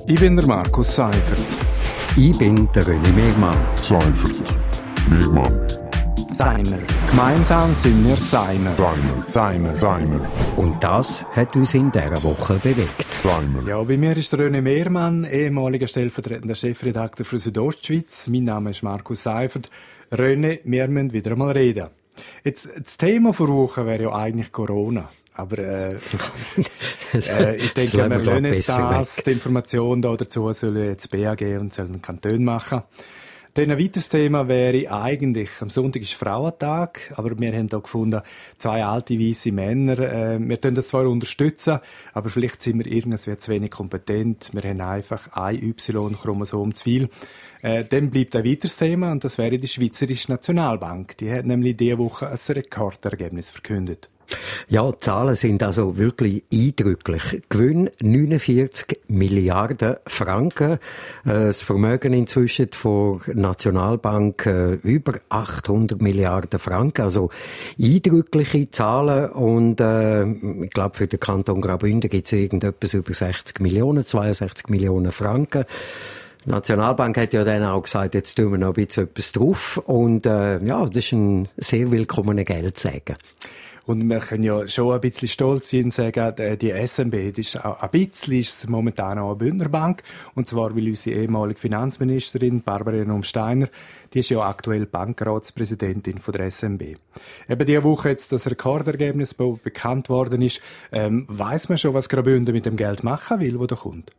Ich bin der Markus Seifert. Ich bin der René Megmann. Seifert. Megmann. Seimer. Gemeinsam sind wir Seimer. Seimer. Und das hat uns in dieser Woche bewegt. Seimer. Ja, bei mir ist der René Mehrmann, ehemaliger stellvertretender Chefredakteur für Südostschweiz. Mein Name ist Markus Seifert. René, wir müssen wieder einmal reden. Jetzt, das Thema vor Wochen wäre ja eigentlich Corona. Aber ich denke, wir lassen jetzt das, die Information dazu sollen jetzt BAG und sollen den Kanton machen. Dann ein weiteres Thema wäre eigentlich, am Sonntag ist Frauentag, aber wir haben hier gefunden, 2 alte, weisse Männer, wir können das zwar unterstützen, aber vielleicht sind wir irgendwie zu wenig kompetent, wir haben einfach ein Y-Chromosom zu viel. Dann bleibt ein weiteres Thema und das wäre die Schweizerische Nationalbank. Die hat nämlich diese Woche ein Rekordergebnis verkündet. Ja, die Zahlen sind also wirklich eindrücklich. Gewinn 49 Milliarden Franken. Das Vermögen inzwischen von der Nationalbank über 800 Milliarden Franken. Also eindrückliche Zahlen. Und ich glaube, für den Kanton Graubünden gibt es irgendetwas über 60 Millionen, 62 Millionen Franken. Die Nationalbank hat ja dann auch gesagt, jetzt tun wir noch ein bisschen etwas drauf. Und ja, das ist ein sehr willkommener Geldsegen. Und wir können ja schon ein bisschen stolz sein und sagen, die SNB, das ist auch ein bisschen, ist momentan auch eine Bündner Bank. Und zwar, weil unsere ehemalige Finanzministerin, Barbara Steiner, die ist ja aktuell Bankratspräsidentin von der SNB. Eben diese Woche jetzt das Rekordergebnis, das bekannt worden ist, weiss man schon, was Graubünden mit dem Geld machen will, das da kommt?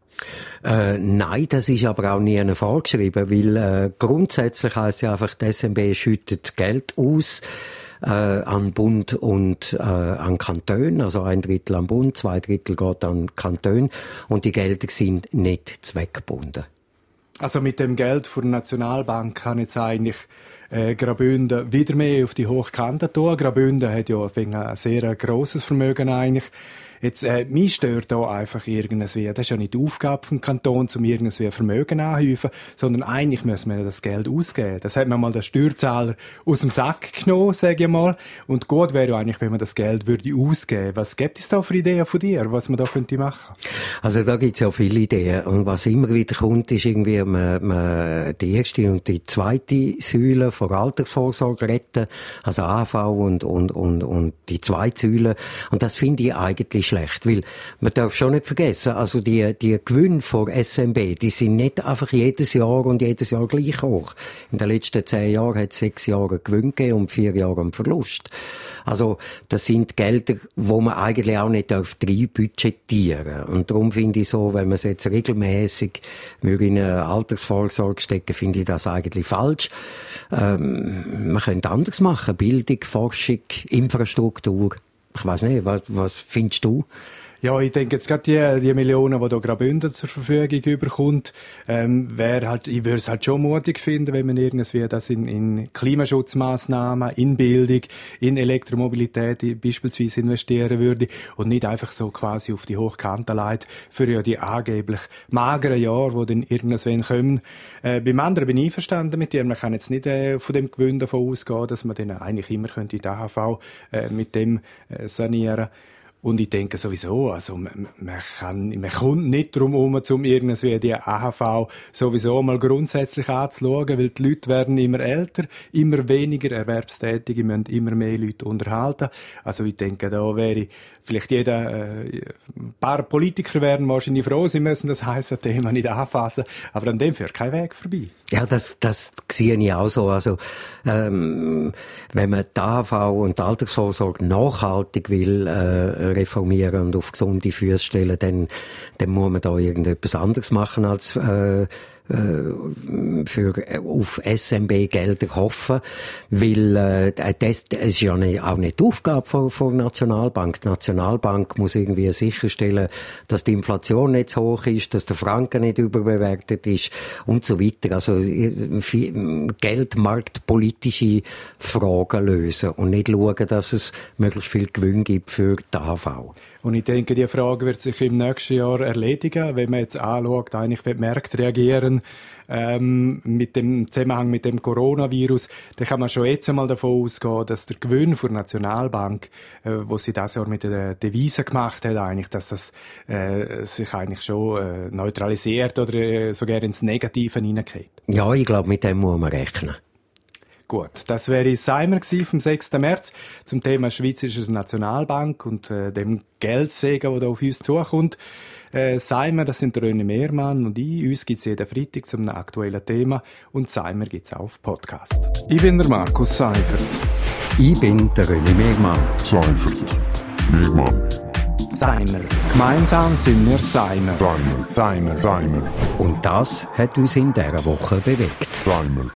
Nein, das ist aber auch nie vorgeschrieben, weil grundsätzlich heisst ja einfach, die SNB schüttet Geld aus, an Bund und an Kanton, also 1/3 an Bund, 2/3 geht an Kanton und die Gelder sind nicht zweckgebunden. Also mit dem Geld von der Nationalbank kann jetzt eigentlich Graubünden wieder mehr auf die Hochkante tun. Graubünden hat ja ein sehr grosses Vermögen eigentlich. Jetzt, mich stört da einfach irgendwie, das ist ja nicht die Aufgabe vom Kanton, um irgendwie Vermögen anzuhäufen, sondern eigentlich müssen wir das Geld ausgeben. Das hat man mal der Steuerzahler aus dem Sack genommen, sage ich mal. Und gut wäre ja eigentlich, wenn man das Geld würde ausgeben. Was gibt es da für Ideen von dir, was man da könnte machen? Also da gibt es ja viele Ideen. Und was immer wieder kommt, ist irgendwie die erste und die zweite Säule von Altersvorsorge retten, also AV und die zweite Säule. Und das finde ich eigentlich schlecht, weil man darf schon nicht vergessen, also die Gewinne von SNB, die sind nicht einfach jedes Jahr gleich hoch. In den letzten 10 Jahren hat es 6 Jahre Gewinn gegeben und 4 Jahre einen Verlust. Also das sind Gelder, wo man eigentlich auch nicht rein budgetieren darf. Und darum finde ich so, wenn man es jetzt regelmäßig in eine Altersvorsorge stecken, finde ich das eigentlich falsch. Man könnte anders machen, Bildung, Forschung, Infrastruktur. Ich weiss nicht, was findest du? Ja, ich denke jetzt gerade die Millionen, die da Graubünden zur Verfügung überkommt, ich würde es halt schon mutig finden, wenn man irgendwie das in Klimaschutzmaßnahmen, in Bildung, in Elektromobilität beispielsweise investieren würde und nicht einfach so quasi auf die Hochkante leitet für ja die angeblich mageren Jahre, die dann irgendwann kommen. Beim anderen bin ich einverstanden mit dir. Man kann jetzt nicht von dem Gewinn davon ausgehen, dass man dann eigentlich immer die AHV mit dem sanieren. Und ich denke sowieso, also man kommt nicht drum herum, um irgendwie die AHV sowieso mal grundsätzlich anzuschauen, weil die Leute werden immer älter, immer weniger Erwerbstätige, müssen immer mehr Leute unterhalten. Also ich denke, da wäre vielleicht ein paar Politiker wären wahrscheinlich froh, sie müssen das heisse Thema nicht anfassen, aber an dem führt kein Weg vorbei. Ja, das sehe ich auch so. Also, wenn man die AHV und die Altersvorsorge nachhaltig will, reformieren und auf gesunde Füße stellen, dann muss man da irgendetwas anderes machen als auf SNB-Gelder hoffen, weil das ist ja auch nicht die Aufgabe von der Nationalbank. Die Nationalbank muss irgendwie sicherstellen, dass die Inflation nicht zu hoch ist, dass der Franken nicht überbewertet ist und so weiter. Also geldmarktpolitische Fragen lösen und nicht schauen, dass es möglichst viel Gewinn gibt für die AHV. Und ich denke, die Frage wird sich im nächsten Jahr erledigen, wenn man jetzt anschaut, eigentlich wie die Märkte reagieren mit dem Zusammenhang mit dem Coronavirus. Da kann man schon jetzt einmal davon ausgehen, dass der Gewinn der Nationalbank, wo sie das Jahr mit der Devise gemacht hat, eigentlich, dass das sich eigentlich schon neutralisiert oder sogar ins Negative hineingeht. Ja, ich glaube, mit dem muss man rechnen. Gut, das wäre Seimer vom 6. März zum Thema Schweizerische Nationalbank und dem Geldsegen, der da auf uns zukommt. Seimer, das sind der René Mehrmann und ich. Uns gibt es jeden Freitag zum aktuellen Thema und Seimer gibt es auch auf Podcast. Ich bin der Markus Seifert. Ich bin der René Mehrmann. Seifert. Mehrmann. Seimer. Gemeinsam sind wir Seimer. Seimer. Seimer. Seimer. Und das hat uns in dieser Woche bewegt. Seimer.